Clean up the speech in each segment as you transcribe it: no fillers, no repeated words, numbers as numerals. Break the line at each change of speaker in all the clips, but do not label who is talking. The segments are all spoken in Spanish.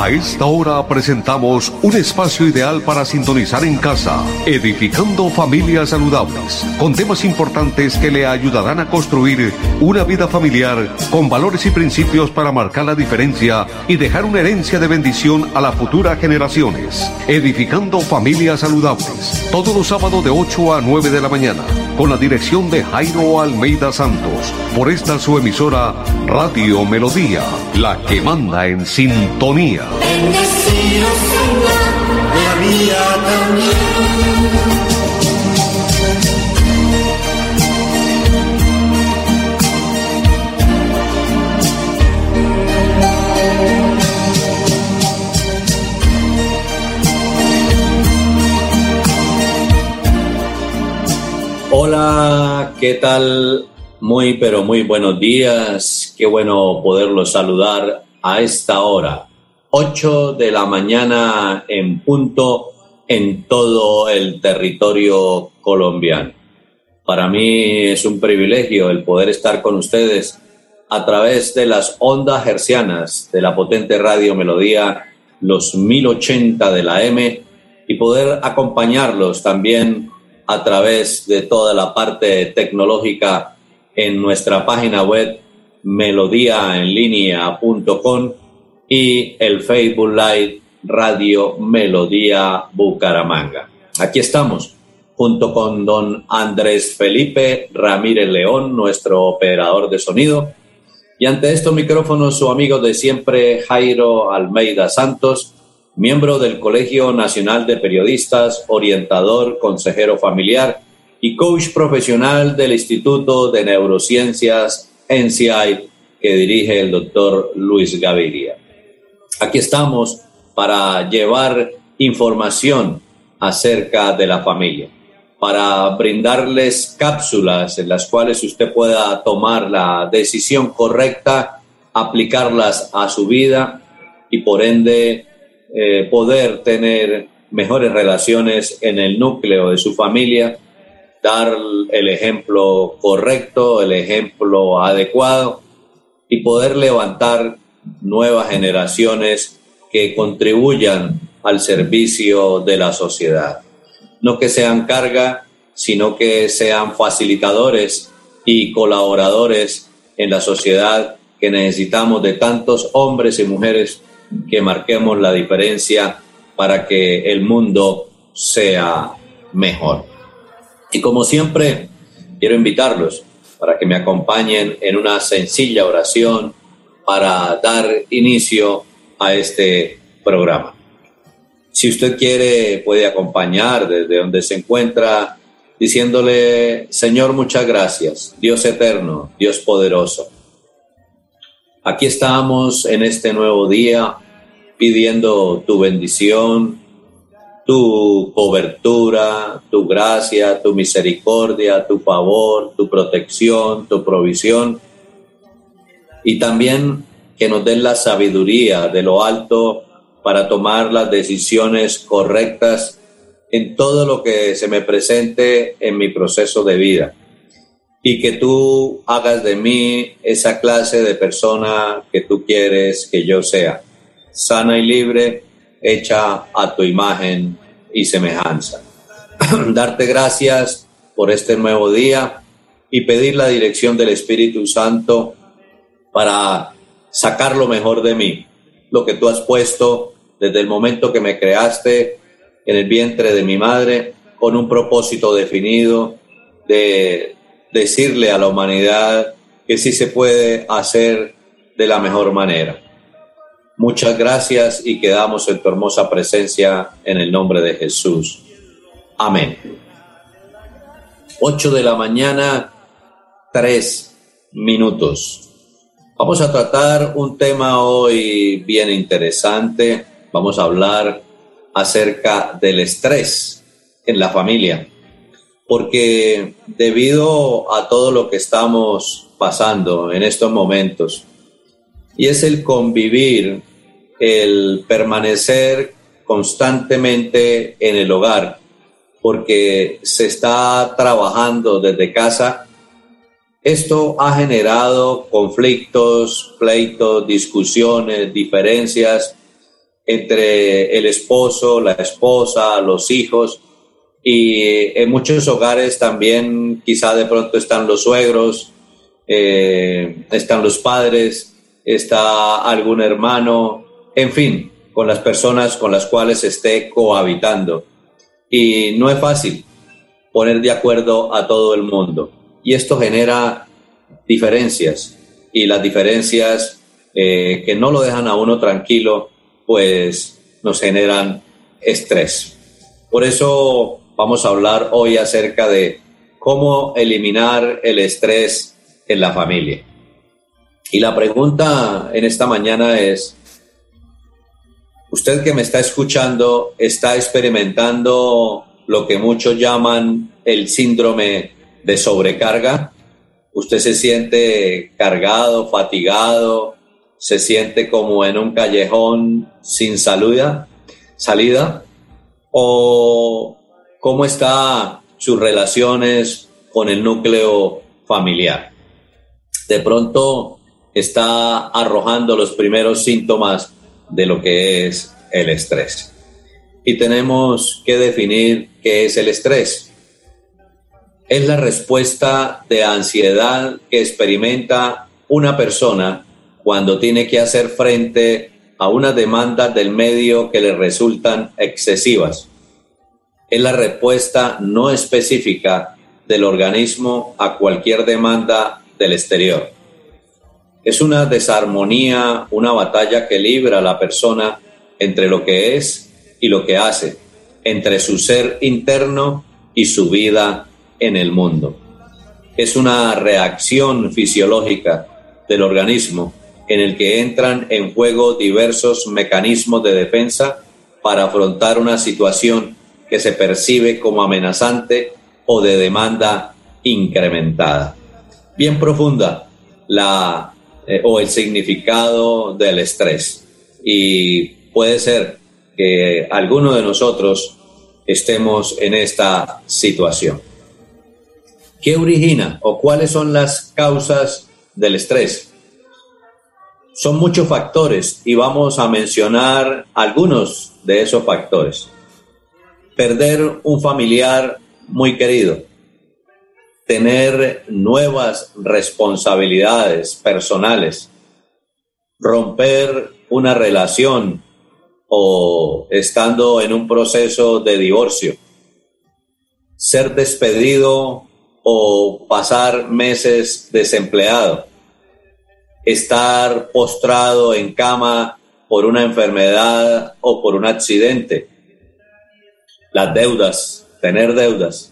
A esta hora presentamos un espacio ideal para sintonizar en casa, edificando familias saludables, con temas importantes que le ayudarán a construir una vida familiar con valores y principios para marcar la diferencia y dejar una herencia de bendición a las futuras generaciones. Edificando familias saludables, todos los sábados de 8 a 9 de la mañana, con la dirección de Jairo Almeida Santos, por esta su emisora Radio Melodía, la que manda en sintonía.
Bendecido Señor, la mía también.
Hola, ¿qué tal? Muy, pero muy buenos días. Qué bueno poderlos saludar a esta hora. 8 de la mañana en punto en todo el territorio colombiano. Para mí es un privilegio el poder estar con ustedes a través de las ondas hercianas de la potente Radio Melodía, los 1080 de la M, y poder acompañarlos también a través de toda la parte tecnológica en nuestra página web melodíaenlinea.com y el Facebook Live Radio Melodía Bucaramanga. Aquí estamos, junto con don Andrés Felipe Ramírez León, nuestro operador de sonido, y ante estos micrófonos su amigo de siempre, Jairo Almeida Santos, miembro del Colegio Nacional de Periodistas, orientador, consejero familiar y coach profesional del Instituto de Neurociencias NCI que dirige el doctor Luis Gaviria. Aquí estamos para llevar información acerca de la familia, para brindarles cápsulas en las cuales usted pueda tomar la decisión correcta, aplicarlas a su vida y por ende poder tener mejores relaciones en el núcleo de su familia, dar el ejemplo correcto, el ejemplo adecuado y poder levantar nuevas generaciones que contribuyan al servicio de la sociedad. No que sean carga, sino que sean facilitadores y colaboradores en la sociedad que necesitamos de tantos hombres y mujeres que marquemos la diferencia para que el mundo sea mejor. Y como siempre, quiero invitarlos para que me acompañen en una sencilla oración para dar inicio a este programa. Si usted quiere, puede acompañar desde donde se encuentra, diciéndole: Señor, muchas gracias, Dios eterno, Dios poderoso. Aquí estamos en este nuevo día pidiendo tu bendición, tu cobertura, tu gracia, tu misericordia, tu favor, tu protección, tu provisión, y también que nos den la sabiduría de lo alto para tomar las decisiones correctas en todo lo que se me presente en mi proceso de vida. Y que tú hagas de mí esa clase de persona que tú quieres que yo sea, sana y libre, hecha a tu imagen y semejanza. Darte gracias por este nuevo día y pedir la dirección del Espíritu Santo para sacar lo mejor de mí, lo que tú has puesto desde el momento que me creaste en el vientre de mi madre, con un propósito definido de decirle a la humanidad que sí se puede hacer de la mejor manera. Muchas gracias y quedamos en tu hermosa presencia en el nombre de Jesús. Amén. 8 de la mañana, 3 minutos. Vamos a tratar un tema hoy bien interesante. Vamos a hablar acerca del estrés en la familia. Porque debido a todo lo que estamos pasando en estos momentos, y es el convivir, el permanecer constantemente en el hogar, porque se está trabajando desde casa, esto ha generado conflictos, pleitos, discusiones, diferencias entre el esposo, la esposa, los hijos, y en muchos hogares también quizá de pronto están los suegros, están los padres, está algún hermano, en fin, con las personas con las cuales esté cohabitando. Y no es fácil poner de acuerdo a todo el mundo. Y esto genera diferencias, y las diferencias que no lo dejan a uno tranquilo, pues nos generan estrés. Por eso vamos a hablar hoy acerca de cómo eliminar el estrés en la familia. Y la pregunta en esta mañana es, usted que me está escuchando, ¿está experimentando lo que muchos llaman el síndrome de sobrecarga? ¿Usted se siente cargado, fatigado, se siente como en un callejón sin salida? ¿O cómo están sus relaciones con el núcleo familiar? De pronto está arrojando los primeros síntomas de lo que es el estrés. Y tenemos que definir qué es el estrés. Es la respuesta de ansiedad que experimenta una persona cuando tiene que hacer frente a unas demandas del medio que le resultan excesivas. Es la respuesta no específica del organismo a cualquier demanda del exterior. Es una desarmonía, una batalla que libra la persona entre lo que es y lo que hace, entre su ser interno y su vida en el mundo. Es una reacción fisiológica del organismo en el que entran en juego diversos mecanismos de defensa para afrontar una situación que se percibe como amenazante o de demanda incrementada. Bien profunda o el significado del estrés, y puede ser que alguno de nosotros estemos en esta situación. ¿Qué origina o cuáles son las causas del estrés? Son muchos factores y vamos a mencionar algunos de esos factores. Perder un familiar muy querido, tener nuevas responsabilidades personales, romper una relación o estando en un proceso de divorcio, ser despedido o pasar meses desempleado, estar postrado en cama por una enfermedad o por un accidente, las deudas, tener deudas,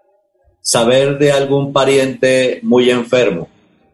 saber de algún pariente muy enfermo,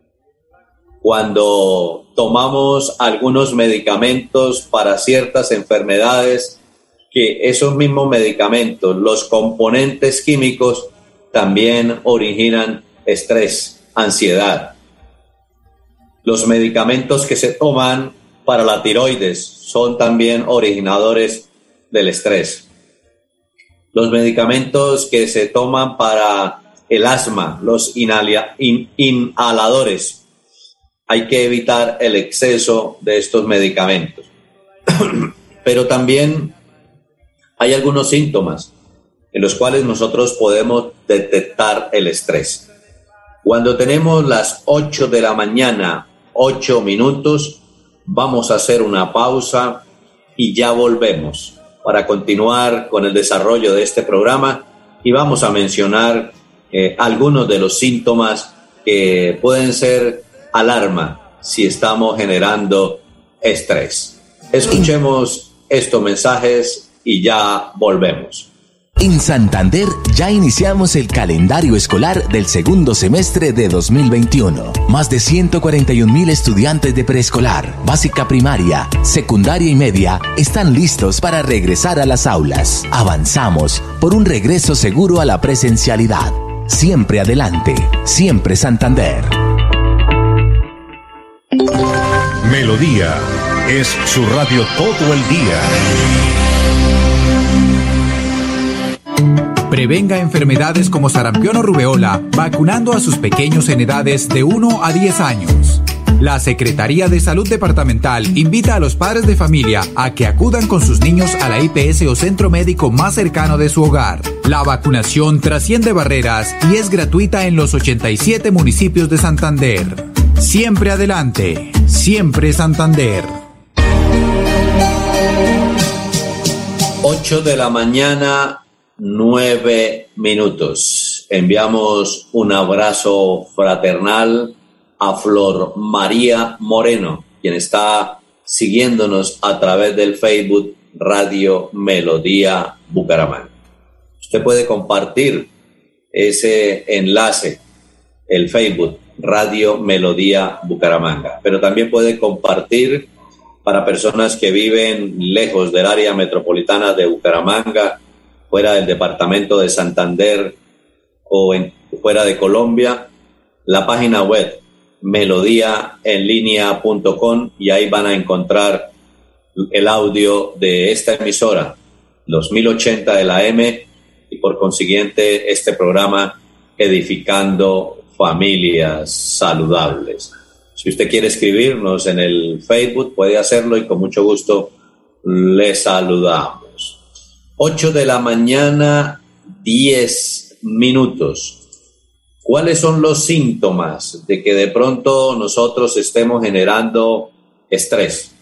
cuando tomamos algunos medicamentos para ciertas enfermedades, que esos mismos medicamentos, los componentes químicos, también originan estrés, ansiedad. Los medicamentos que se toman para la tiroides son también originadores del estrés. Los medicamentos que se toman para el asma, los inhaladores, hay que evitar el exceso de estos medicamentos. Pero también hay algunos síntomas en los cuales nosotros podemos detectar el estrés. Cuando tenemos las 8 de la mañana, 8 minutos, vamos a hacer una pausa y ya volvemos para continuar con el desarrollo de este programa, y vamos a mencionar algunos de los síntomas que pueden ser alarma si estamos generando estrés. Escuchemos estos mensajes y ya volvemos.
En Santander ya iniciamos el calendario escolar del segundo semestre de 2021. Más de 141,000 estudiantes de preescolar, básica primaria, secundaria y media están listos para regresar a las aulas. Avanzamos por un regreso seguro a la presencialidad. Siempre adelante, siempre Santander.
Melodía es su radio todo el día.
Prevenga enfermedades como sarampión o rubeola vacunando a sus pequeños en edades de 1 a 10 años. La Secretaría de Salud Departamental invita a los padres de familia a que acudan con sus niños a la IPS o centro médico más cercano de su hogar. La vacunación trasciende barreras y es gratuita en los 87 municipios de Santander. Siempre adelante, siempre Santander.
8 de la mañana, 9 minutos. Enviamos un abrazo fraternal a Flor María Moreno, quien está siguiéndonos a través del Facebook Radio Melodía Bucaramanga. Usted puede compartir ese enlace, el Facebook Radio Melodía Bucaramanga, pero también puede compartir para personas que viven lejos del área metropolitana de Bucaramanga, fuera del departamento de Santander o fuera de Colombia, la página web melodíaenlinea.com, y ahí van a encontrar el audio de esta emisora, los 1080 de la M, y por consiguiente este programa Edificando Familias Saludables. Si usted quiere escribirnos en el Facebook, puede hacerlo y con mucho gusto le saludamos. 8 de la mañana, 10 minutos. ¿Cuáles son los síntomas de que de pronto nosotros estemos generando estrés?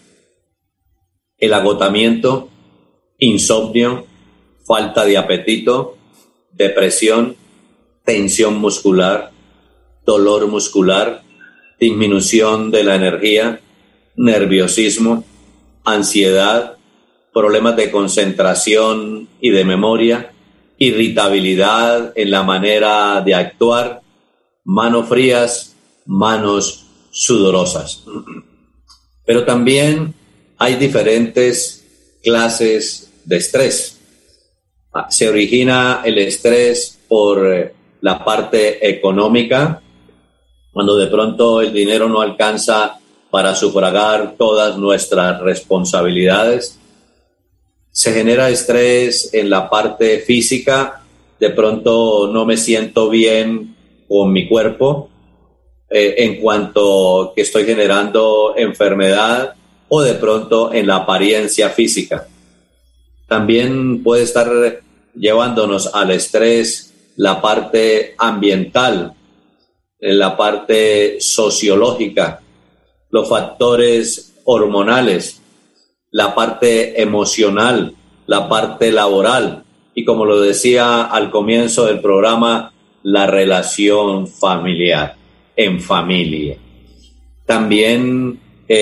El agotamiento, insomnio, falta de apetito, depresión, tensión muscular, dolor muscular, disminución de la energía, nerviosismo, ansiedad, problemas de concentración y de memoria, irritabilidad en la manera de actuar, manos frías, manos sudorosas. Pero también hay diferentes clases de estrés. Se origina el estrés por la parte económica, cuando de pronto el dinero no alcanza para sufragar todas nuestras responsabilidades. Se genera estrés en la parte física, de pronto no me siento bien con mi cuerpo, en cuanto que estoy generando enfermedad, o de pronto en la apariencia física. También puede estar llevándonos al estrés la parte ambiental, la parte sociológica, los factores hormonales, la parte emocional, la parte laboral y, como lo decía al comienzo del programa, la relación familiar, en familia. También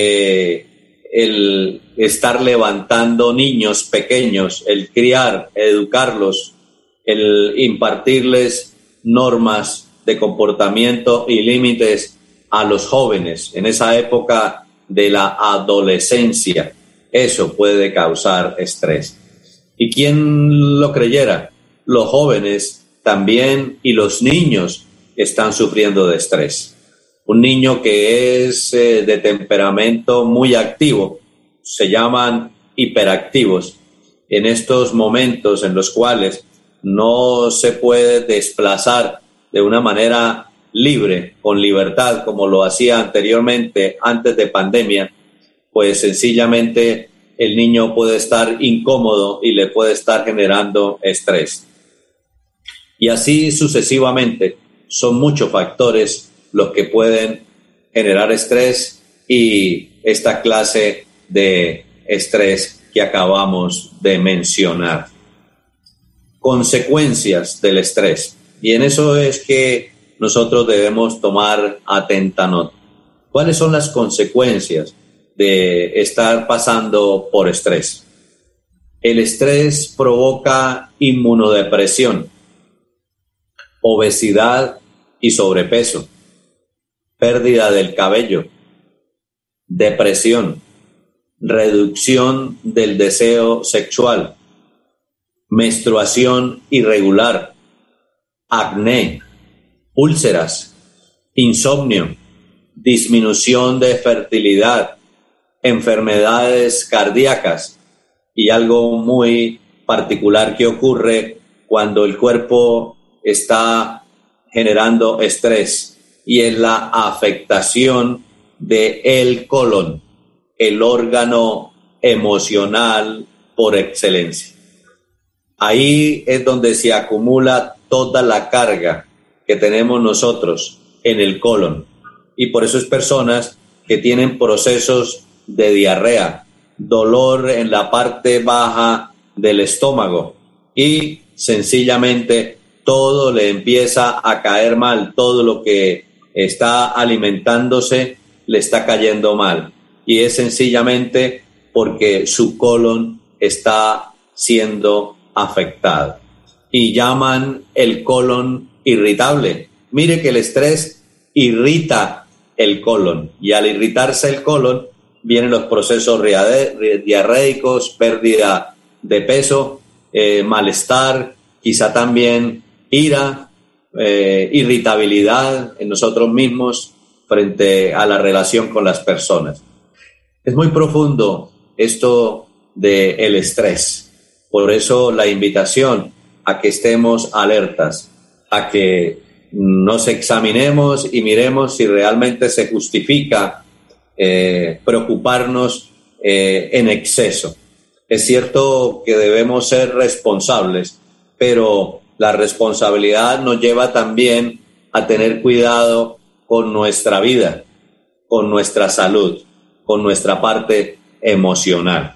el estar levantando niños pequeños, el criar, educarlos, el impartirles normas de comportamiento y límites a los jóvenes en esa época de la adolescencia. Eso puede causar estrés. ¿Y quién lo creyera? Los jóvenes también y los niños están sufriendo de estrés. Un niño que es de temperamento muy activo, se llaman hiperactivos, en estos momentos en los cuales no se puede desplazar de una manera libre, con libertad, como lo hacía anteriormente, antes de pandemia, pues sencillamente el niño puede estar incómodo y le puede estar generando estrés. Y así sucesivamente, son muchos factores los que pueden generar estrés y esta clase de estrés que acabamos de mencionar. Consecuencias del estrés. Y en eso es que nosotros debemos tomar atenta nota. ¿Cuáles son las consecuencias de estar pasando por estrés? El estrés provoca inmunodepresión, obesidad y sobrepeso, pérdida del cabello, depresión, reducción del deseo sexual, menstruación irregular, acné, úlceras, insomnio, disminución de fertilidad, enfermedades cardíacas y algo muy particular que ocurre cuando el cuerpo está generando estrés, y es la afectación de el colon, el órgano emocional por excelencia. Ahí es donde se acumula toda la carga que tenemos nosotros en el colon. Y por eso es personas que tienen procesos de diarrea, dolor en la parte baja del estómago y sencillamente todo le empieza a caer mal, todo lo que está alimentándose le está cayendo mal. Y es sencillamente porque su colon está siendo afectado. Y llaman el colon irritable. Mire que el estrés irrita el colon y al irritarse el colon vienen los procesos diarreicos, pérdida de peso, malestar, quizá también ira, irritabilidad en nosotros mismos frente a la relación con las personas. Es muy profundo esto del estrés. Por eso la invitación a que estemos alertas, a que nos examinemos y miremos si realmente se justifica preocuparnos en exceso. Es cierto que debemos ser responsables, pero la responsabilidad nos lleva también a tener cuidado con nuestra vida, con nuestra salud, con nuestra parte emocional.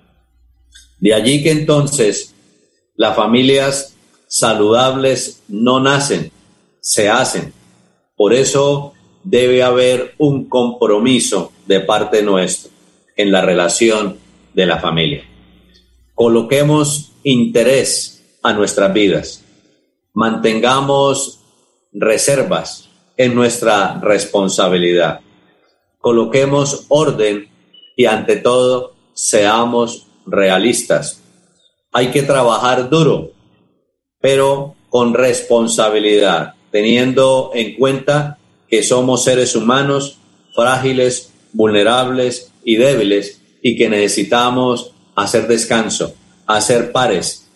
De allí que entonces las familias saludables no nacen, se hacen. Por eso debe haber un compromiso de parte nuestra en la relación de la familia. Coloquemos interés a nuestras vidas. Mantengamos reservas en nuestra responsabilidad. Coloquemos orden y ante todo seamos realistas. Hay que trabajar duro, pero con responsabilidad, teniendo en cuenta que somos seres humanos frágiles, vulnerables y débiles y que necesitamos hacer descanso, hacer pares,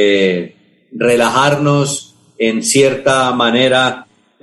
relajarnos en cierta manera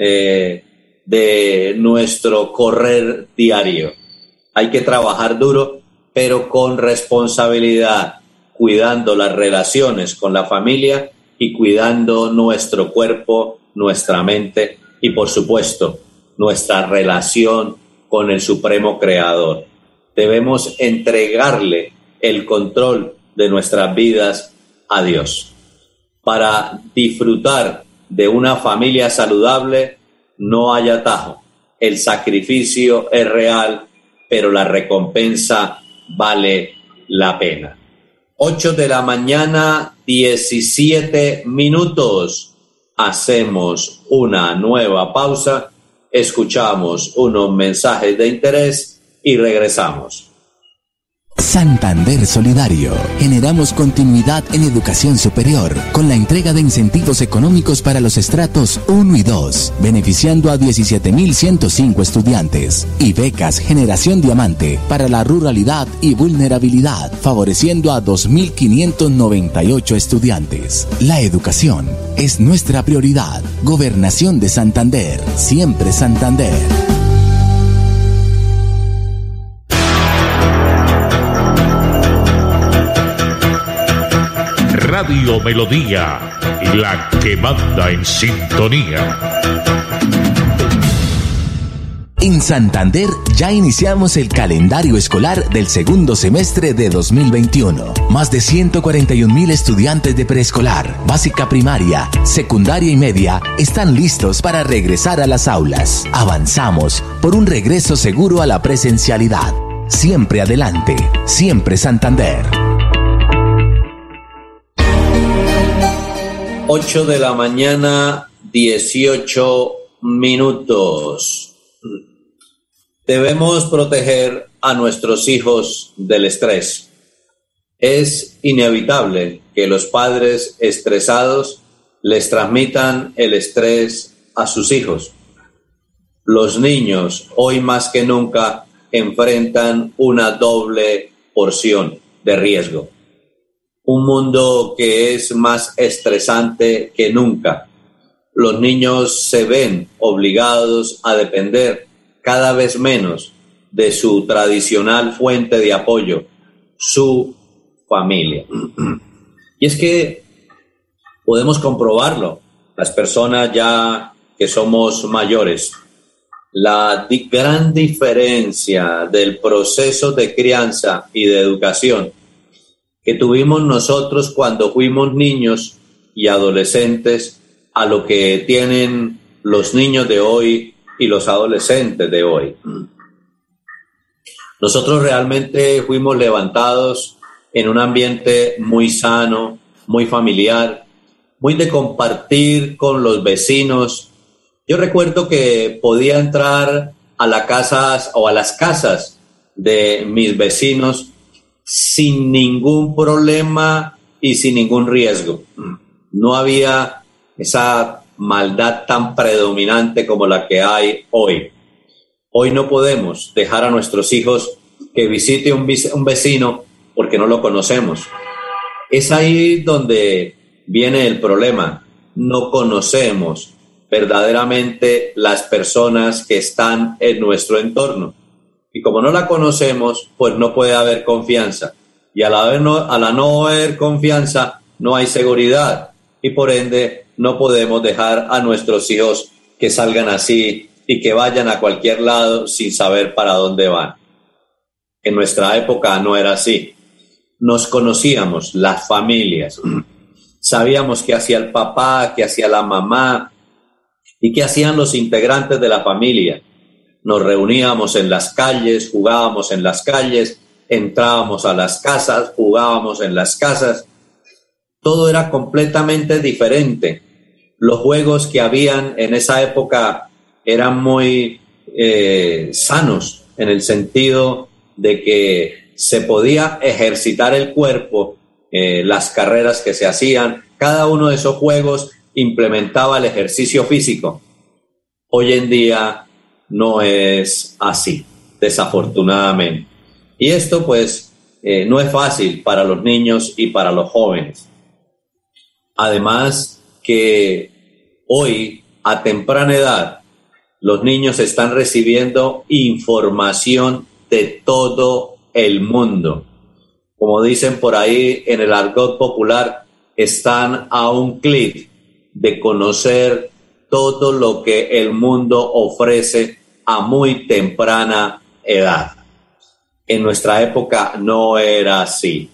de nuestro correr diario. Hay que trabajar duro, pero con responsabilidad, cuidando las relaciones con la familia y cuidando nuestro cuerpo, nuestra mente y, por supuesto, nuestra relación con el Supremo Creador. Debemos entregarle el control de nuestras vidas a Dios. Para disfrutar de una familia saludable no hay atajo. El sacrificio es real, pero la recompensa vale la pena. 8:17 a.m. Hacemos una nueva pausa, escuchamos unos mensajes de interés y regresamos.
Santander Solidario. Generamos continuidad en educación superior con la entrega de incentivos económicos para los estratos 1 y 2, beneficiando a 17.105 estudiantes, y becas Generación Diamante para la ruralidad y vulnerabilidad, favoreciendo a 2.598 estudiantes. La educación es nuestra prioridad. Gobernación de Santander, siempre Santander.
Radio Melodía, la que manda en sintonía.
En Santander ya iniciamos el calendario escolar del segundo semestre de 2021. Más de 141.000 estudiantes de preescolar, básica primaria, secundaria y media están listos para regresar a las aulas. Avanzamos por un regreso seguro a la presencialidad. Siempre adelante, siempre Santander.
8:18 a.m. Debemos proteger a nuestros hijos del estrés. Es inevitable que los padres estresados les transmitan el estrés a sus hijos. Los niños, hoy más que nunca, enfrentan una doble porción de riesgo. Un mundo que es más estresante que nunca. Los niños se ven obligados a depender cada vez menos de su tradicional fuente de apoyo, su familia. Y es que podemos comprobarlo, las personas ya que somos mayores, la gran diferencia del proceso de crianza y de educación que tuvimos nosotros cuando fuimos niños y adolescentes a lo que tienen los niños de hoy y los adolescentes de hoy. Nosotros realmente fuimos levantados en un ambiente muy sano, muy familiar, muy de compartir con los vecinos. Yo recuerdo que podía entrar a las casas de mis vecinos sin ningún problema y sin ningún riesgo. No había esa maldad tan predominante como la que hay hoy. Hoy no podemos dejar a nuestros hijos que visite un vecino porque no lo conocemos. Es ahí donde viene el problema. No conocemos verdaderamente las personas que están en nuestro entorno. Y como no la conocemos, pues no puede haber confianza. Y a la no haber confianza, no hay seguridad. Y por ende, no podemos dejar a nuestros hijos que salgan así y que vayan a cualquier lado sin saber para dónde van. En nuestra época no era así. Nos conocíamos, las familias. Sabíamos qué hacía el papá, qué hacía la mamá y qué hacían los integrantes de la familia. Nos reuníamos en las calles, jugábamos en las calles, entrábamos a las casas, jugábamos en las casas. Todo era completamente diferente. Los juegos que habían en esa época eran muy sanos, en el sentido de que se podía ejercitar el cuerpo, las carreras que se hacían. Cada uno de esos juegos implementaba el ejercicio físico. Hoy en día no es así, desafortunadamente. Y esto pues no es fácil para los niños y para los jóvenes. Además que hoy, a temprana edad, los niños están recibiendo información de todo el mundo. Como dicen por ahí en el argot popular, están a un clic de conocer todo lo que el mundo ofrece a muy temprana edad. En nuestra época no era así.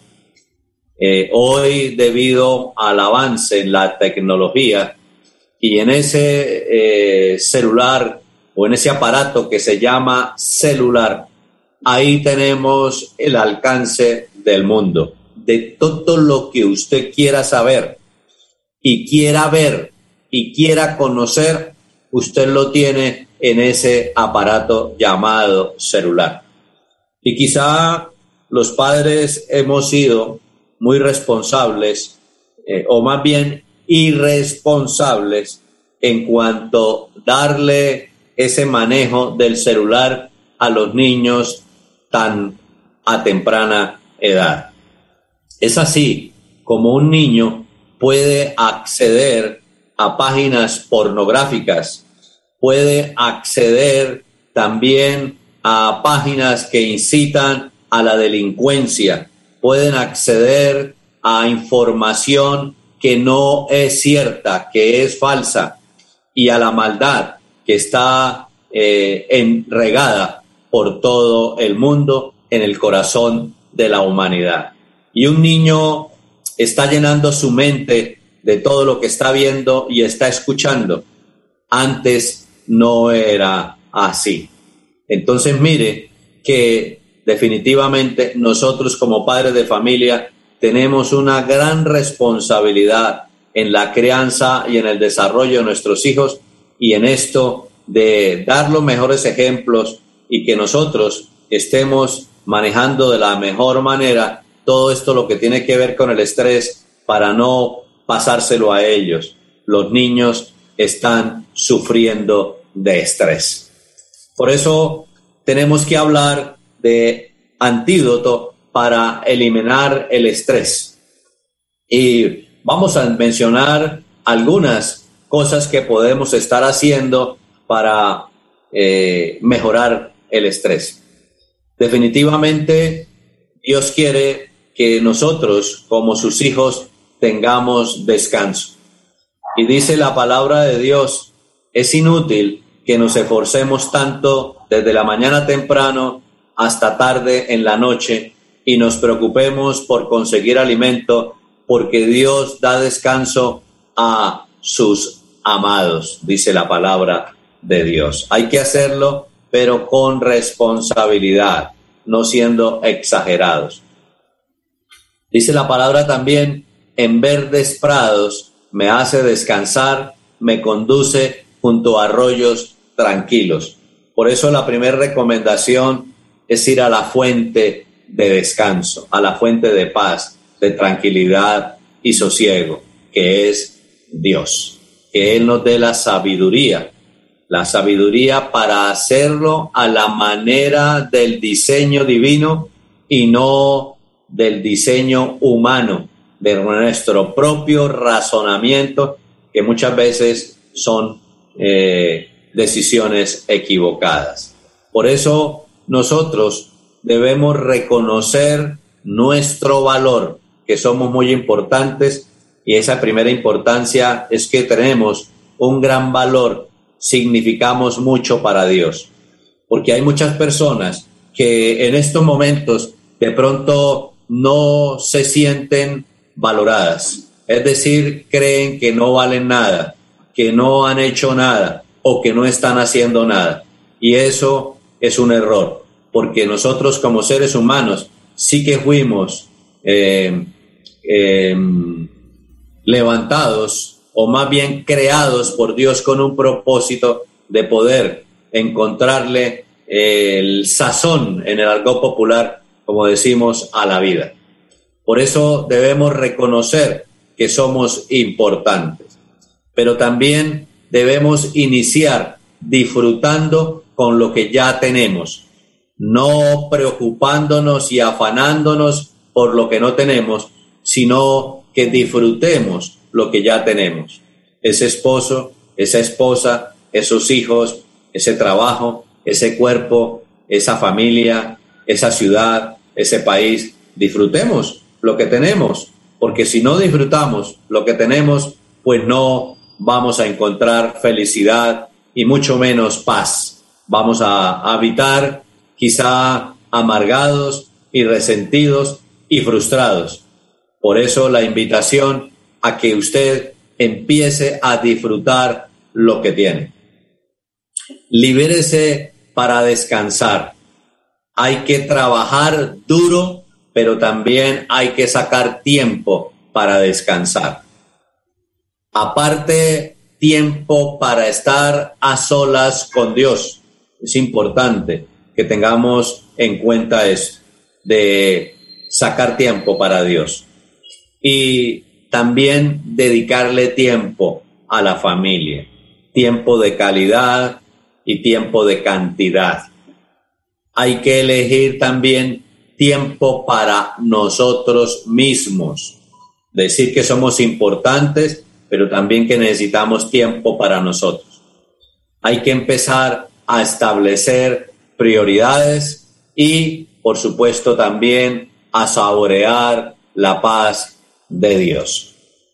Hoy, debido al avance en la tecnología y en ese celular o en ese aparato que se llama celular, ahí tenemos el alcance del mundo, de todo lo que usted quiera saber y quiera ver y quiera conocer, usted lo tiene en ese aparato llamado celular. Y quizá los padres hemos sido muy responsables, o más bien irresponsables, en cuanto a darle ese manejo del celular a los niños tan a temprana edad. Es así como un niño puede acceder a páginas pornográficas, puede acceder también a páginas que incitan a la delincuencia, pueden acceder a información que no es cierta, que es falsa, y a la maldad que está regada por todo el mundo en el corazón de la humanidad. Y un niño está llenando su mente de todo lo que está viendo y está escuchando. Antes no era así. Entonces mire que definitivamente nosotros como padres de familia tenemos una gran responsabilidad en la crianza y en el desarrollo de nuestros hijos, y en esto de dar los mejores ejemplos y que nosotros estemos manejando de la mejor manera todo esto lo que tiene que ver con el estrés para no pasárselo a ellos. Los niños están sufriendo de estrés. Por eso tenemos que hablar de antídoto para eliminar el estrés. Y vamos a mencionar algunas cosas que podemos estar haciendo para mejorar el estrés. Definitivamente, Dios quiere que nosotros, como sus hijos, tengamos descanso. Y dice la palabra de Dios, es inútil que nos esforcemos tanto desde la mañana temprano hasta tarde en la noche y nos preocupemos por conseguir alimento, porque Dios da descanso a sus amados, dice la palabra de Dios. Hay que hacerlo, pero con responsabilidad, no siendo exagerados. Dice la palabra también, en verdes prados me hace descansar, me conduce junto a arroyos tranquilos. Por eso la primera recomendación es ir a la fuente de descanso, a la fuente de paz, de tranquilidad y sosiego, que es Dios. Que Él nos dé la sabiduría para hacerlo a la manera del diseño divino y no del diseño humano, de nuestro propio razonamiento, que muchas veces son decisiones equivocadas. Por eso nosotros debemos reconocer nuestro valor, que somos muy importantes, y esa primera importancia es que tenemos un gran valor, significamos mucho para Dios, porque hay muchas personas que en estos momentos de pronto no se sienten valoradas, es decir, creen que no valen nada, que no han hecho nada o que no están haciendo nada, y eso es un error, porque nosotros como seres humanos sí que fuimos levantados, o más bien creados por Dios con un propósito de poder encontrarle el sazón, en el argot popular, como decimos, a la vida. Por eso debemos reconocer que somos importantes, pero también debemos iniciar disfrutando con lo que ya tenemos, no preocupándonos y afanándonos por lo que no tenemos, sino que disfrutemos lo que ya tenemos. Ese esposo, esa esposa, esos hijos, ese trabajo, ese cuerpo, esa familia, esa ciudad, ese país. Disfrutemos lo que tenemos, porque si no disfrutamos lo que tenemos, pues no vamos a encontrar felicidad y mucho menos paz. Vamos a habitar quizá amargados y resentidos y frustrados. Por eso la invitación a que usted empiece a disfrutar lo que tiene. Libérese para descansar. Hay que trabajar duro, pero también hay que sacar tiempo para descansar. Aparte, tiempo para estar a solas con Dios. Es importante que tengamos en cuenta eso, de sacar tiempo para Dios. Y también dedicarle tiempo a la familia, tiempo de calidad y tiempo de cantidad. Hay que elegir también tiempo para nosotros mismos, decir que somos importantes, pero también que necesitamos tiempo para nosotros. Hay que empezar a establecer prioridades y, por supuesto, también a saborear la paz de Dios.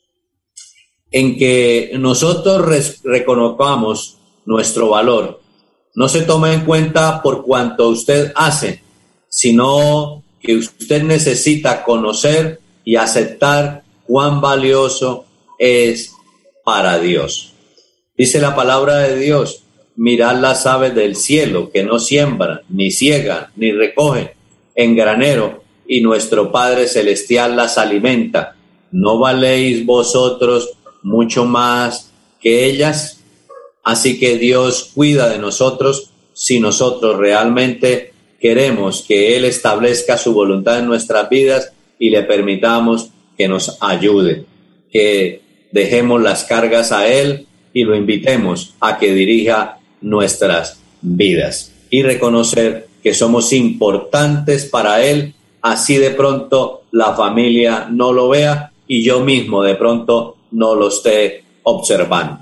En que nosotros reconozcamos nuestro valor, no se toma en cuenta por cuanto usted hace, sino que usted necesita conocer y aceptar cuán valioso es para Dios. Dice la palabra de Dios, mirad las aves del cielo, que no siembran, ni ciegan, ni recogen en granero, y nuestro Padre Celestial las alimenta. ¿No valéis vosotros mucho más que ellas? Así que Dios cuida de nosotros si nosotros realmente queremos que Él establezca su voluntad en nuestras vidas y le permitamos que nos ayude, que dejemos las cargas a Él y lo invitemos a que dirija nuestras vidas y reconocer que somos importantes para Él, así de pronto la familia no lo vea y yo mismo de pronto no lo esté observando.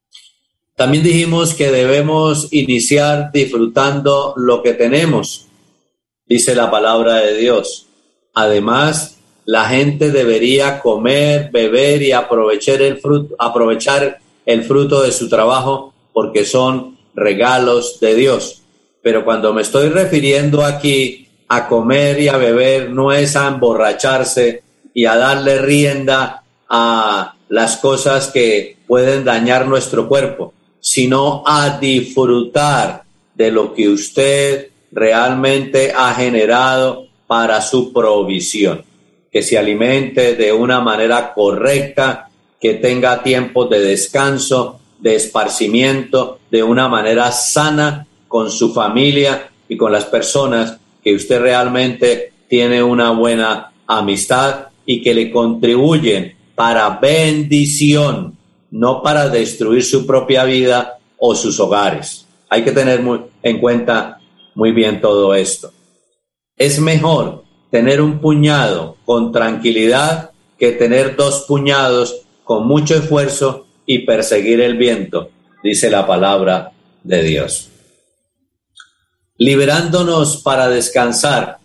También dijimos que debemos iniciar disfrutando lo que tenemos, dice la palabra de Dios. Además, la gente debería comer, beber y aprovechar el fruto de su trabajo, porque son regalos de Dios. Pero cuando me estoy refiriendo aquí a comer y a beber, no es a emborracharse y a darle rienda a las cosas que pueden dañar nuestro cuerpo, sino a disfrutar de lo que usted realmente ha generado para su provisión. Que se alimente de una manera correcta, que tenga tiempos de descanso, de esparcimiento, de una manera sana con su familia y con las personas que usted realmente tiene una buena amistad y que le contribuyen para bendición, no para destruir su propia vida o sus hogares. Hay que tener en cuenta muy bien todo esto. Es mejor tener un puñado con tranquilidad que tener 2 puñados con mucho esfuerzo y perseguir el viento, dice la palabra de Dios. Liberándonos para descansar.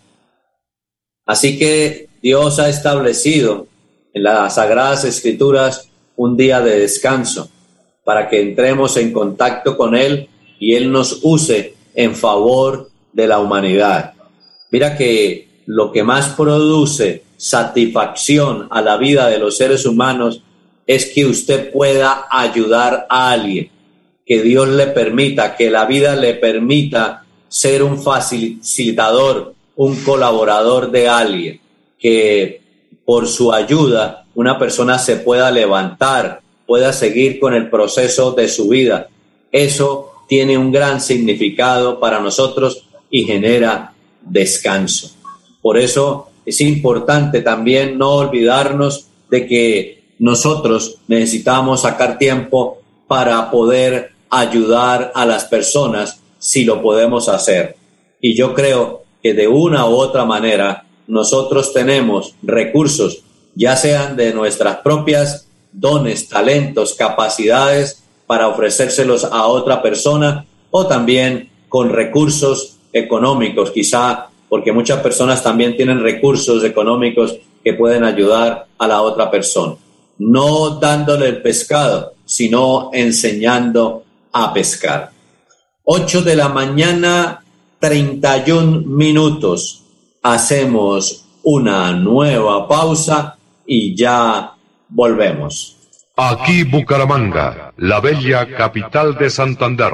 Así que Dios ha establecido en las Sagradas Escrituras un día de descanso para que entremos en contacto con Él y Él nos use en favor de la humanidad. Mira que lo que más produce satisfacción a la vida de los seres humanos es que usted pueda ayudar a alguien, que Dios le permita, que la vida le permita ser un facilitador, un colaborador de alguien, que por su ayuda una persona se pueda levantar, pueda seguir con el proceso de su vida. Eso tiene un gran significado para nosotros y genera descanso. Por eso es importante también no olvidarnos de que nosotros necesitamos sacar tiempo para poder ayudar a las personas si lo podemos hacer. Y yo creo que de una u otra manera nosotros tenemos recursos, ya sean de nuestras propias dones, talentos, capacidades, para ofrecérselos a otra persona, o también con recursos económicos, quizá porque muchas personas también tienen recursos económicos que pueden ayudar a la otra persona. No dándole el pescado, sino enseñando a pescar. 8 de la mañana, 31 minutos. Hacemos una nueva pausa y ya volvemos.
Aquí Bucaramanga, la bella capital de Santander.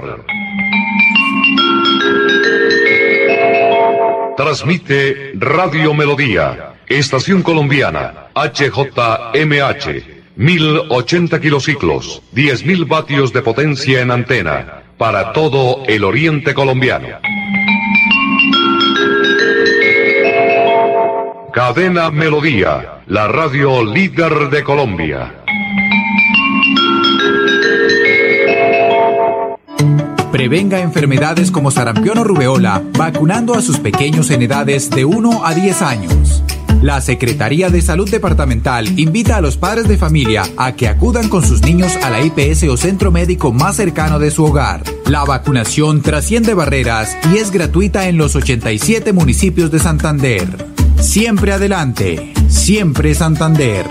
Transmite Radio Melodía, Estación Colombiana, HJMH, 1080 kilociclos, 10.000 vatios de potencia en antena, para todo el oriente colombiano. Cadena Melodía, la radio líder de Colombia.
Prevenga enfermedades como sarampión o rubeola, vacunando a sus pequeños en edades de 1 a 10 años. La Secretaría de Salud Departamental invita a los padres de familia a que acudan con sus niños a la IPS o centro médico más cercano de su hogar. La vacunación trasciende barreras y es gratuita en los 87 municipios de Santander. Siempre adelante, siempre Santander.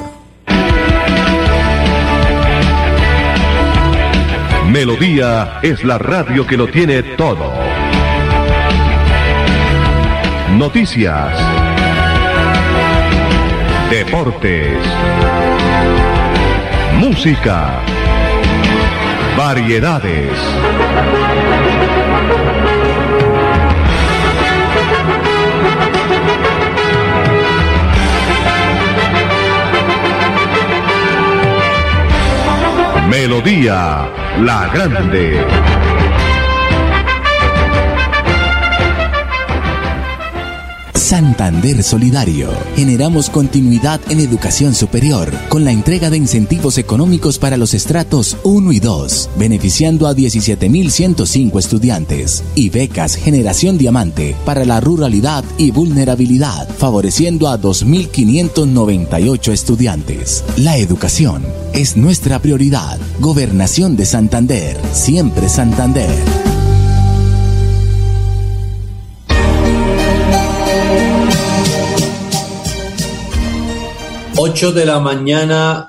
Melodía es la radio que lo tiene todo. Noticias, deportes, música, variedades. Melodía, la grande.
Santander Solidario. Generamos continuidad en educación superior con la entrega de incentivos económicos para los estratos 1 y 2, beneficiando a 17.105 estudiantes, y becas Generación Diamante para la ruralidad y vulnerabilidad, favoreciendo a 2.598 estudiantes. La educación es nuestra prioridad. Gobernación de Santander, siempre Santander.
8 de la mañana,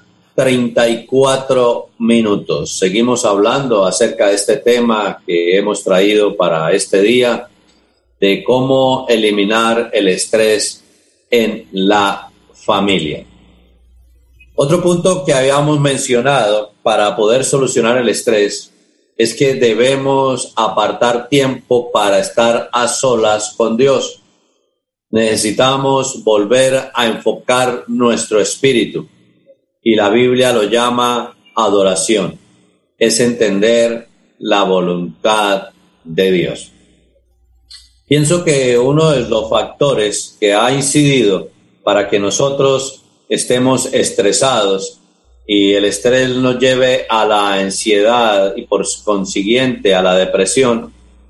34 minutos. Seguimos hablando acerca de este tema que hemos traído para este día, de cómo eliminar el estrés en la familia. Otro punto que habíamos mencionado para poder solucionar el estrés es que debemos apartar tiempo para estar a solas con Dios. Necesitamos volver a enfocar nuestro espíritu y la Biblia lo llama adoración. Es entender la voluntad de Dios. Pienso que uno de los factores que ha incidido para que nosotros estemos estresados y el estrés nos lleve a la ansiedad y por consiguiente a la depresión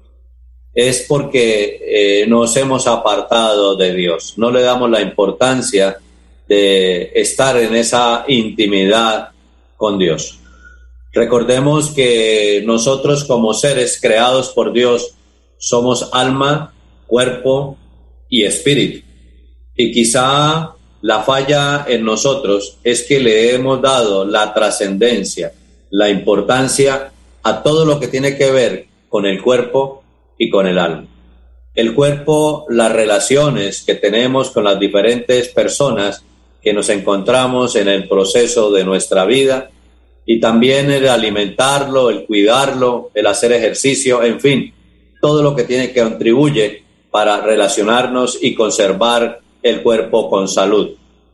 es porque nos hemos apartado de Dios. No le damos la importancia de estar en esa intimidad con Dios. Recordemos que nosotros como seres creados por Dios somos alma, cuerpo y espíritu. Y quizá la falla en nosotros es que le hemos dado la trascendencia, la importancia a todo lo que tiene que ver con el cuerpo y con el alma. El cuerpo, las relaciones que tenemos con las diferentes personas que nos encontramos en el proceso de nuestra vida, y también el alimentarlo, el cuidarlo, el hacer ejercicio, en fin, todo lo que tiene que contribuye para relacionarnos y conservar el cuerpo con salud.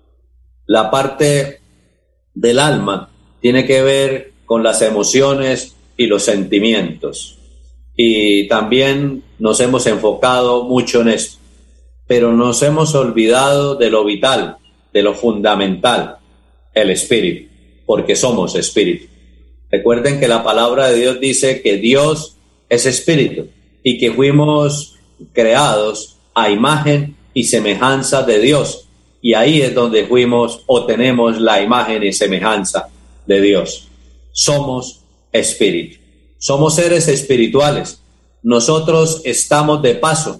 La parte del alma tiene que ver con las emociones y los sentimientos. Y también nos hemos enfocado mucho en esto, pero nos hemos olvidado de lo vital, de lo fundamental, el espíritu, porque somos espíritu. Recuerden que la palabra de Dios dice que Dios es espíritu y que fuimos creados a imagen y semejanza de Dios. Y ahí es donde fuimos o tenemos la imagen y semejanza de Dios. Somos espíritu. Somos seres espirituales. Nosotros estamos de paso.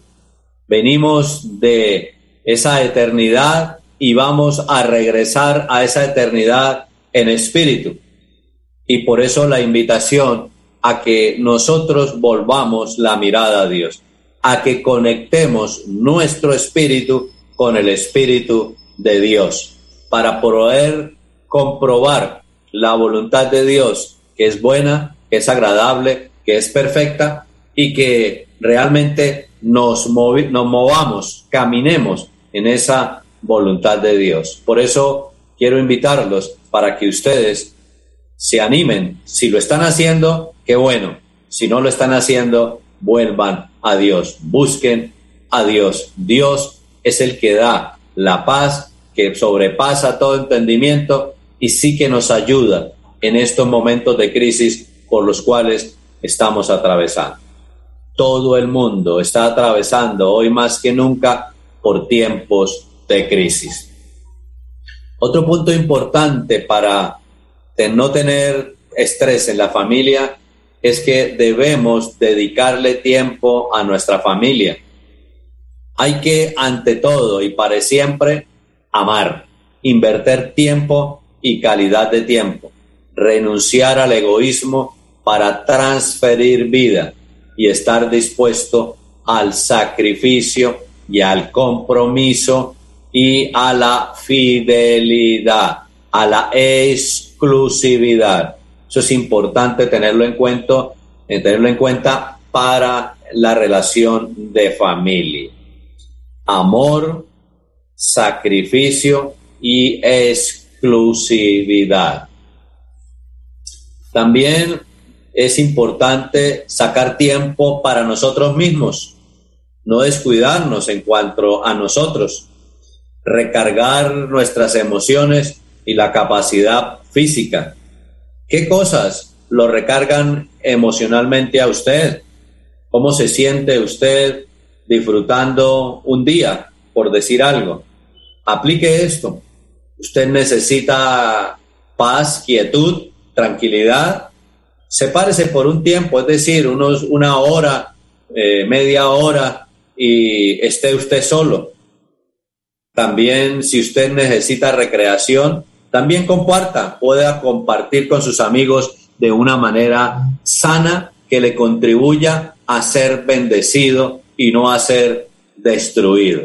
Venimos de esa eternidad y vamos a regresar a esa eternidad en espíritu. Y por eso la invitación a que nosotros volvamos la mirada a Dios, a que conectemos nuestro espíritu con el espíritu de Dios, para poder comprobar la voluntad de Dios, que es buena, que es agradable, que es perfecta, y que realmente nos movamos, caminemos en esa voluntad de Dios. Por eso quiero invitarlos para que ustedes se animen. Si lo están haciendo, qué bueno. Si no lo están haciendo, vuelvan a Dios, busquen a Dios. Dios es el que da la paz que sobrepasa todo entendimiento y sí que nos ayuda en estos momentos de crisis por los cuales estamos atravesando. Todo el mundo está atravesando hoy más que nunca por tiempos de crisis. Otro punto importante para no tener estrés en la familia es que debemos dedicarle tiempo a nuestra familia. Hay que, ante todo y para siempre, amar, invertir tiempo y calidad de tiempo, renunciar al egoísmo para transferir vida y estar dispuesto al sacrificio y al compromiso y a la fidelidad, a la exclusividad. Eso es importante tenerlo en cuenta para la relación de familia. Amor, sacrificio y exclusividad. También es importante sacar tiempo para nosotros mismos, no descuidarnos en cuanto a nosotros, recargar nuestras emociones y la capacidad física. ¿Qué cosas lo recargan emocionalmente a usted? ¿Cómo se siente usted disfrutando un día, por decir algo? Aplique esto. Usted necesita paz, quietud, tranquilidad. Sepárese por un tiempo, es decir, una hora, media hora, y esté usted solo. También, si usted necesita recreación, también pueda compartir con sus amigos de una manera sana que le contribuya a ser bendecido y no a ser destruido.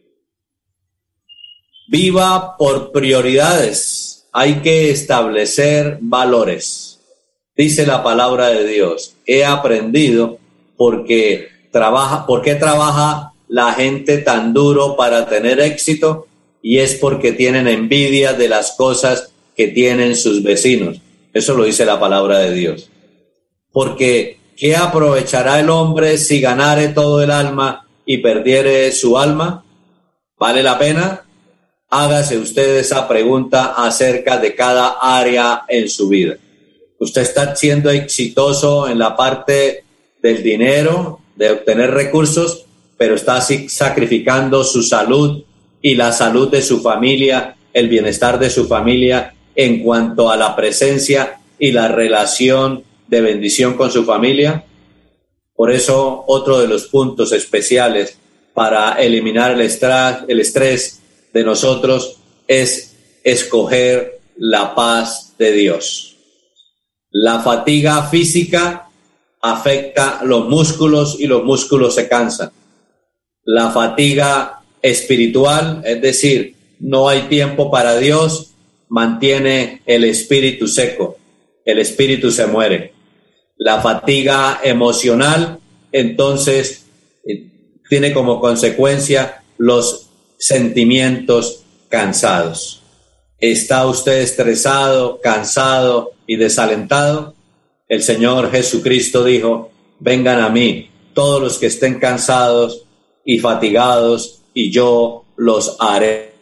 Viva por prioridades. Hay que establecer valores. Dice la palabra de Dios: he aprendido por qué trabaja la gente tan duro para tener éxito, y es porque tienen envidia de las cosas que tienen sus vecinos. Eso lo dice la palabra de Dios. Porque ¿qué aprovechará el hombre si ganare todo el alma y perdiere su alma? ¿Vale la pena? Hágase usted esa pregunta acerca de cada área en su vida. ¿Usted está siendo exitoso en la parte del dinero, de obtener recursos, pero está sacrificando su salud y la salud de su familia, el bienestar de su familia en cuanto a la presencia y la relación de bendición con su familia? Por eso, otro de los puntos especiales para eliminar el estrés de nosotros es escoger la paz de Dios. La fatiga física afecta los músculos y los músculos se cansan. La fatiga espiritual, es decir, no hay tiempo para Dios, mantiene el espíritu seco, el espíritu se muere. La fatiga emocional, entonces, tiene como consecuencia los sentimientos cansados. ¿Está usted estresado, cansado y desalentado? El Señor Jesucristo dijo: vengan a mí todos los que estén cansados y fatigados, y yo los haré.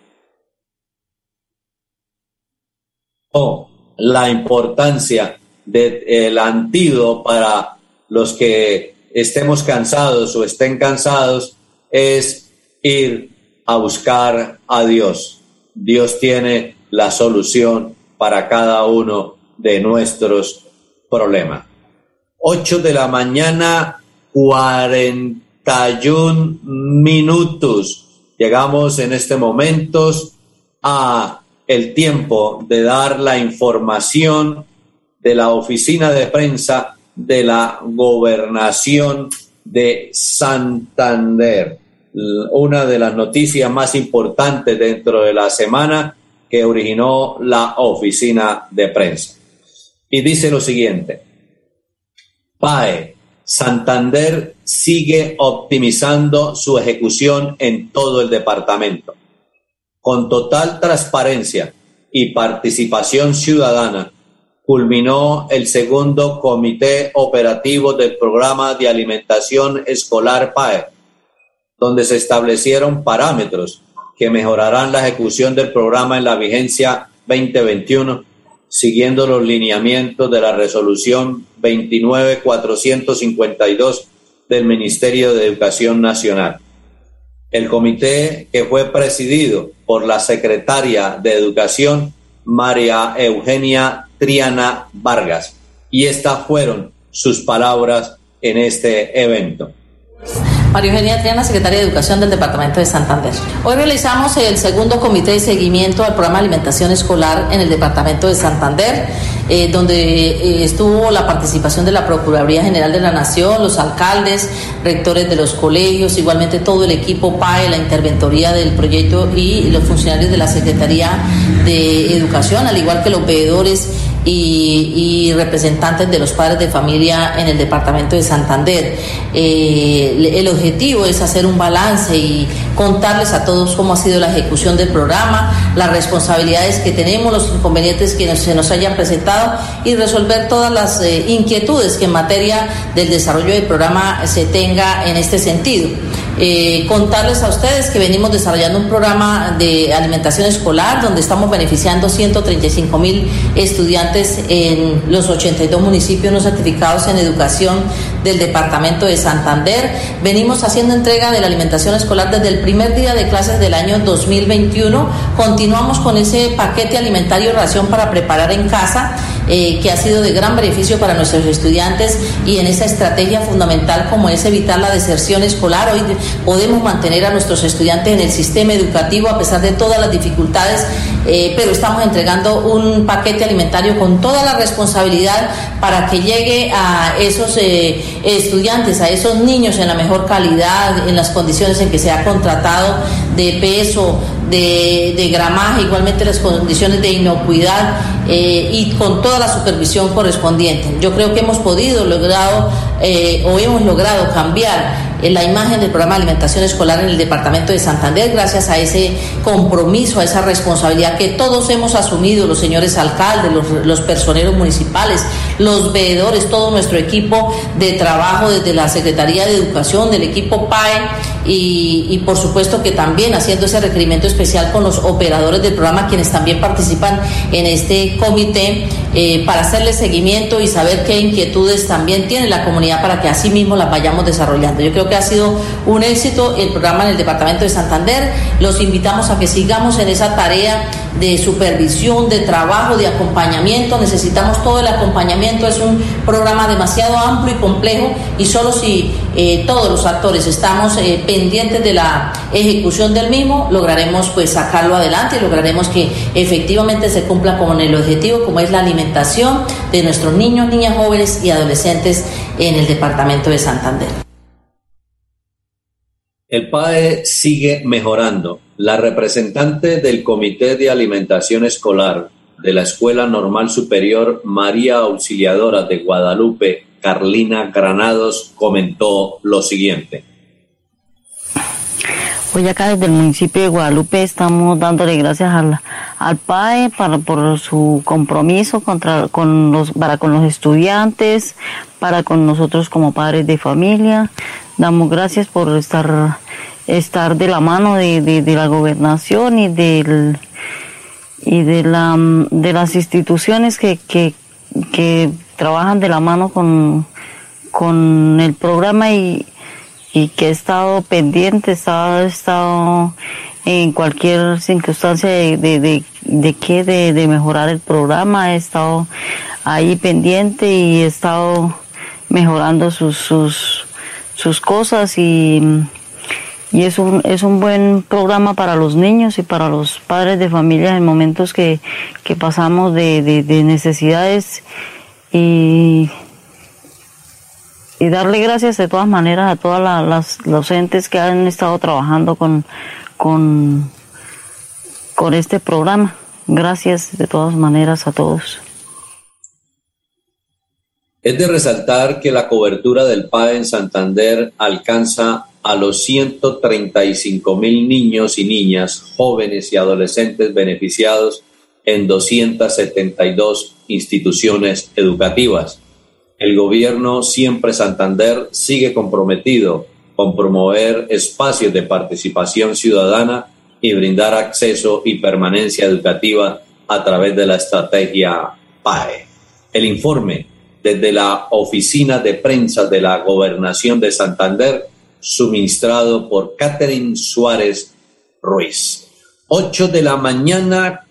La importancia del antídoto para los que estemos cansados o estén cansados es ir a buscar a Dios. Dios tiene la solución para cada uno de nuestros problemas. 8 de la mañana, 41 minutos. Llegamos en este momento a el tiempo de dar la información de la oficina de prensa de la Gobernación de Santander. Una de las noticias más importantes dentro de la semana que originó la oficina de prensa. Y dice lo siguiente: PAE, Santander sigue optimizando su ejecución en todo el departamento. Con total transparencia y participación ciudadana, culminó el segundo comité operativo del programa de alimentación escolar PAE, donde se establecieron parámetros que mejorarán la ejecución del programa en la vigencia 2021, siguiendo los lineamientos de la resolución 29452 del Ministerio de Educación Nacional. El comité, que fue presidido por la secretaria de Educación, María Eugenia Triana Vargas, y estas fueron sus palabras en este evento.
María Eugenia Triana, secretaria de Educación del Departamento de Santander. Hoy realizamos el segundo comité de seguimiento al programa de alimentación escolar en el Departamento de Santander, donde estuvo la participación de la Procuraduría General de la Nación, los alcaldes, rectores de los colegios, igualmente todo el equipo PAE, la interventoría del proyecto y los funcionarios de la Secretaría de Educación, al igual que los veedores y representantes de los padres de familia en el departamento de Santander. El objetivo es hacer un balance y contarles a todos cómo ha sido la ejecución del programa, las responsabilidades que tenemos, los inconvenientes que se nos hayan presentado y resolver todas las inquietudes que en materia del desarrollo del programa se tenga en este sentido. Contarles a ustedes que venimos desarrollando un programa de alimentación escolar donde estamos beneficiando 135,000 estudiantes en los 82 municipios no certificados en educación del departamento de Santander. Venimos haciendo entrega de la alimentación escolar desde el primer día de clases del año 2021. Continuamos con ese paquete alimentario ración para preparar en casa que ha sido de gran beneficio para nuestros estudiantes, y en esa estrategia fundamental como es evitar la deserción escolar. Hoy podemos mantener a nuestros estudiantes en el sistema educativo a pesar de todas las dificultades, pero estamos entregando un paquete alimentario con toda la responsabilidad para que llegue a esos estudiantes, a esos niños en la mejor calidad, en las condiciones en que se ha contratado, de peso, de gramaje, igualmente las condiciones de inocuidad, y con toda la supervisión correspondiente. Yo creo que hemos logrado cambiar la imagen del programa de alimentación escolar en el departamento de Santander, gracias a ese compromiso, a esa responsabilidad que todos hemos asumido, los señores alcaldes, los personeros municipales, los veedores, todo nuestro equipo de trabajo desde la Secretaría de Educación, del equipo PAE, y por supuesto que también haciendo ese requerimiento especial con los operadores del programa, quienes también participan en este comité, para hacerle seguimiento y saber qué inquietudes también tiene la comunidad para que así mismo las vayamos desarrollando. Yo creo que ha sido un éxito el programa en el departamento de Santander. Los invitamos a que sigamos en esa tarea de supervisión, de trabajo, de acompañamiento. Necesitamos todo el acompañamiento. Es un programa demasiado amplio y complejo, y solo si todos los actores estamos pendientes de la ejecución del mismo, lograremos pues sacarlo adelante y lograremos que efectivamente se cumpla con el objetivo, como es la alimentación de nuestros niños, niñas, jóvenes y adolescentes en el departamento de Santander.
El PAE sigue mejorando. La representante del Comité de Alimentación Escolar de la Escuela Normal Superior María Auxiliadora de Guadalupe, Carlina Granados, comentó lo siguiente.
Hoy acá desde el municipio de Guadalupe estamos dándole gracias al PAE por su compromiso para con los estudiantes, para con nosotros como padres de familia. Damos gracias por estar de la mano de la gobernación y de las instituciones que trabajan de la mano con el programa y que he estado pendiente, he estado en cualquier circunstancia de mejorar el programa. He estado ahí pendiente y he estado mejorando sus cosas, y es un buen programa para los niños y para los padres de familia en momentos que pasamos de necesidades, y darle gracias de todas maneras a todas las docentes que han estado trabajando con este programa. Gracias de todas maneras a todos.
Es de resaltar que la cobertura del PAE en Santander alcanza a los 135.000 niños y niñas, jóvenes y adolescentes beneficiados en 272 instituciones educativas. El gobierno Siempre Santander sigue comprometido con promover espacios de participación ciudadana y brindar acceso y permanencia educativa a través de la estrategia PAE. El informe desde la Oficina de Prensa de la Gobernación de Santander, suministrado por Catherine Suárez Ruiz. 8:47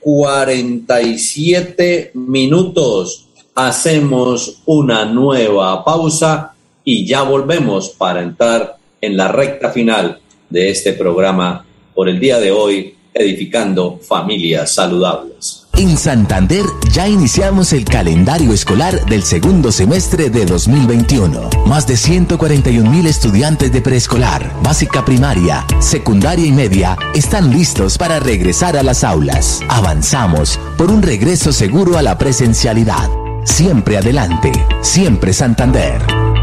a.m. Hacemos una nueva pausa y ya volvemos para entrar en la recta final de este programa por el día de hoy, Edificando Familias Saludables.
En Santander ya iniciamos el calendario escolar del segundo semestre de 2021. Más de 141.000 estudiantes de preescolar, básica primaria, secundaria y media están listos para regresar a las aulas. Avanzamos por un regreso seguro a la presencialidad. Siempre adelante, siempre Santander.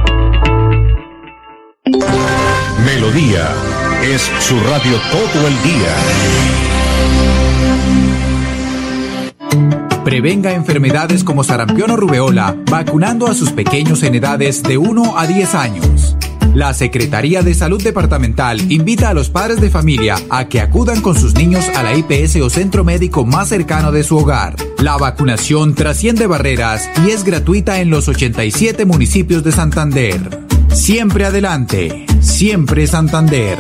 Melodía es su radio todo el día.
Prevenga enfermedades como sarampión o rubeola, vacunando a sus pequeños en edades de 1 a 10 años. La Secretaría de Salud Departamental invita a los padres de familia a que acudan con sus niños a la IPS o centro médico más cercano de su hogar. La vacunación trasciende barreras y es gratuita en los 87 municipios de Santander. Siempre adelante, siempre Santander.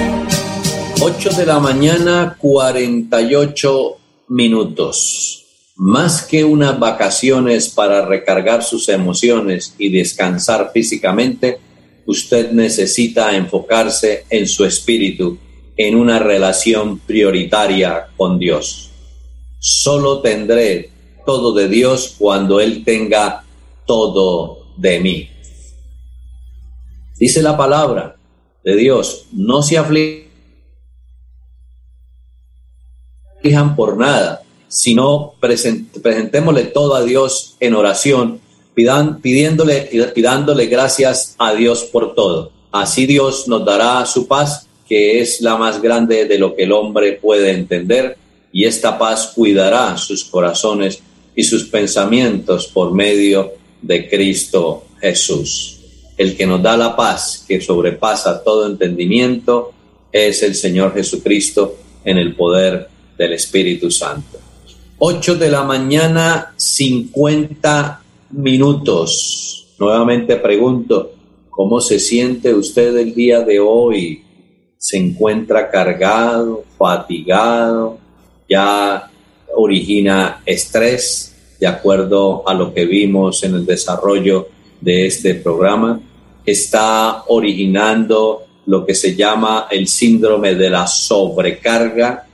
8:48 a.m. Más que unas vacaciones para recargar sus emociones y descansar físicamente, usted necesita enfocarse en su espíritu, en una relación prioritaria con Dios. Solo tendré todo de Dios cuando Él tenga todo de mí. Dice la palabra de Dios, no se aflijan por nada, sino presentémosle todo a Dios en oración, pidándole gracias a Dios por todo. Así Dios nos dará su paz, que es la más grande de lo que el hombre puede entender, y esta paz cuidará sus corazones y sus pensamientos por medio de Cristo Jesús. El que nos da la paz que sobrepasa todo entendimiento es el Señor Jesucristo en el poder del Espíritu Santo. 8 de la mañana, 50 minutos. Nuevamente pregunto, ¿cómo se siente usted el día de hoy? ¿Se encuentra cargado, fatigado? ¿Ya origina estrés, de acuerdo a lo que vimos en el desarrollo de este programa? ¿Está originando lo que se llama el síndrome de la sobrecarga?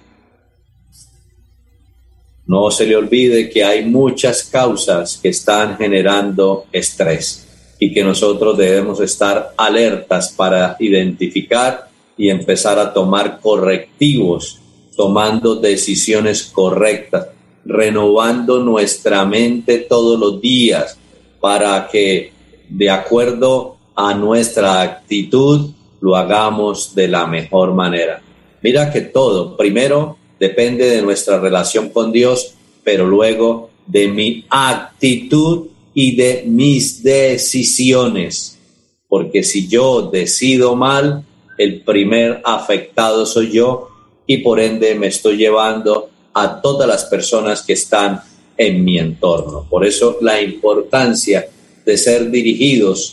No se le olvide que hay muchas causas que están generando estrés y que nosotros debemos estar alertas para identificar y empezar a tomar correctivos, tomando decisiones correctas, renovando nuestra mente todos los días para que, de acuerdo a nuestra actitud, lo hagamos de la mejor manera. Mira que todo, primero, depende de nuestra relación con Dios, pero luego de mi actitud y de mis decisiones. Porque si yo decido mal, el primer afectado soy yo y por ende me estoy llevando a todas las personas que están en mi entorno. Por eso la importancia de ser dirigidos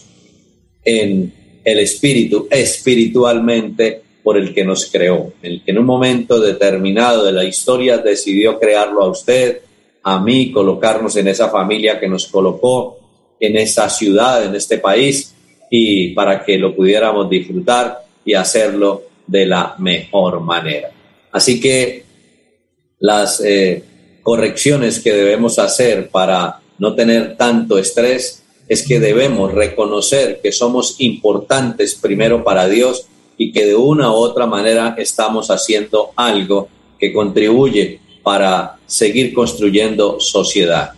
en el Espíritu, espiritualmente, por el que nos creó, el que en un momento determinado de la historia decidió crearlo a usted, a mí, colocarnos en esa familia que nos colocó, en esa ciudad, en este país, y para que lo pudiéramos disfrutar y hacerlo de la mejor manera. Así que las correcciones que debemos hacer para no tener tanto estrés es que debemos reconocer que somos importantes primero para Dios y que de una u otra manera estamos haciendo algo que contribuye para seguir construyendo sociedad.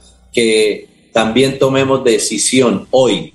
Que también tomemos decisión hoy,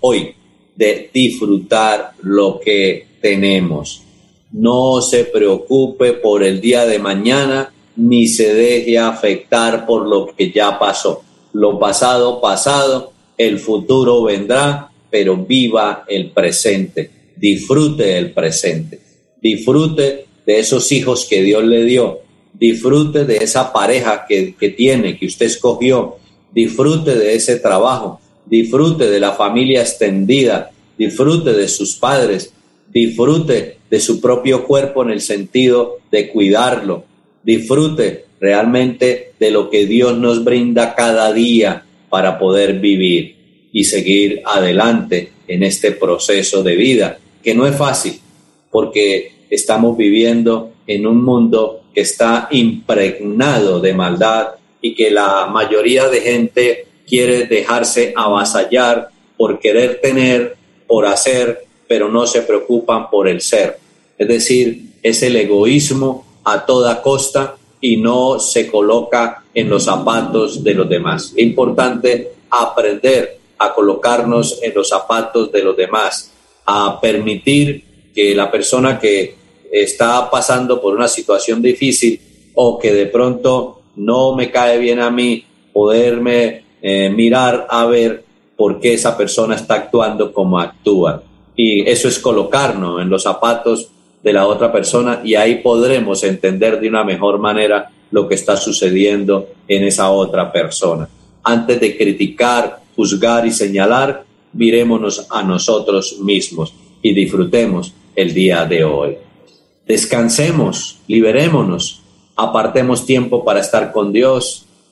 de disfrutar lo que tenemos. No se preocupe por el día de mañana, ni se deje afectar por lo que ya pasó. Lo pasado, pasado, el futuro vendrá, pero viva el presente. Disfrute el presente, disfrute de esos hijos que Dios le dio, disfrute de esa pareja que tiene, que usted escogió, disfrute de ese trabajo, disfrute de la familia extendida, disfrute de sus padres, disfrute de su propio cuerpo en el sentido de cuidarlo, disfrute realmente de lo que Dios nos brinda cada día para poder vivir y seguir adelante en este proceso de vida, que no es fácil, porque estamos viviendo en un mundo que está impregnado de maldad y que la mayoría de gente quiere dejarse avasallar por querer tener, por hacer, pero no se preocupan por el ser. Es decir, es el egoísmo a toda costa y no se coloca en los zapatos de los demás. Es importante aprender a colocarnos en los zapatos de los demás, a permitir que la persona que está pasando por una situación difícil o que de pronto no me cae bien a mí, poderme mirar a ver por qué esa persona está actuando como actúa. Y eso es colocarnos en los zapatos de la otra persona y ahí podremos entender de una mejor manera lo que está sucediendo en esa otra persona. Antes de criticar, juzgar y señalar, mirémonos a nosotros mismos y disfrutemos el día de hoy. Descansemos, liberémonos, apartemos tiempo para estar con Dios,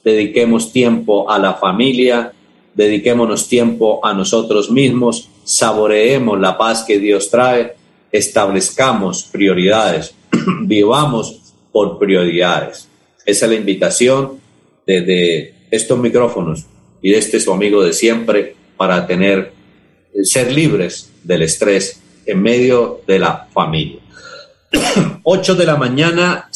dediquemos tiempo a la familia, dediquémonos tiempo a nosotros mismos, saboreemos la paz que Dios trae, establezcamos prioridades, vivamos por prioridades. Esa es la invitación desde estos micrófonos y de este su amigo de siempre para ser libres del estrés en medio de la familia. 8 de la mañana,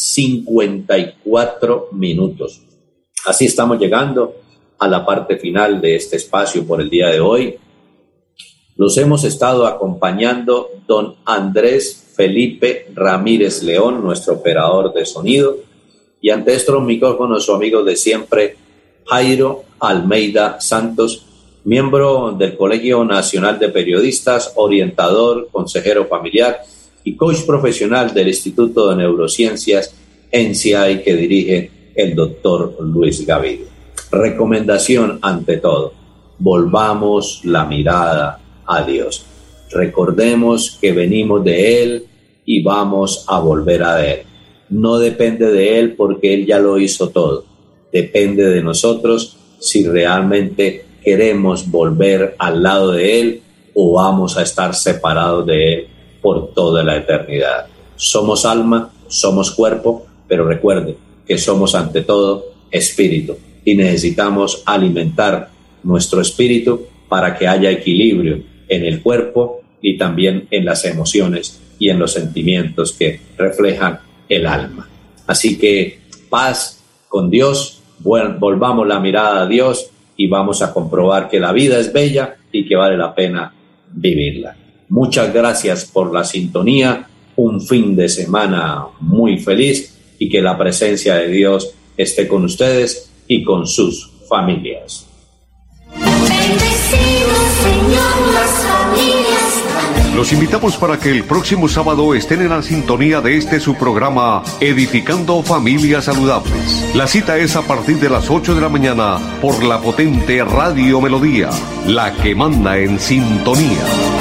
54 minutos. Así estamos llegando a la parte final de este espacio por el día de hoy. Los hemos estado acompañando don Andrés Felipe Ramírez León, nuestro operador de sonido, y ante estos micrófonos su amigo de siempre, Jairo Almeida Santos, miembro del Colegio Nacional de Periodistas, orientador, consejero familiar y coach profesional del Instituto de Neurociencias NCI que dirige el doctor Luis Gaviria. Recomendación ante todo, volvamos la mirada a Dios. Recordemos que venimos de Él y vamos a volver a Él. No depende de Él porque Él ya lo hizo todo. Depende de nosotros si realmente queremos volver al lado de Él o vamos a estar separados de Él por toda la eternidad. Somos alma, somos cuerpo, pero recuerden que somos ante todo espíritu y necesitamos alimentar nuestro espíritu para que haya equilibrio en el cuerpo y también en las emociones y en los sentimientos que reflejan el alma. Así que paz con Dios, volvamos la mirada a Dios y vamos a comprobar que la vida es bella y que vale la pena vivirla. Muchas gracias por la sintonía, un fin de semana muy feliz y que la presencia de Dios esté con ustedes y con sus familias.
Bendecidos, Señor, las familias.
Los invitamos para que el próximo sábado estén en la sintonía de este su programa Edificando Familias Saludables. La cita es a partir de las 8 de la mañana por la potente Radio Melodía, la que manda en sintonía.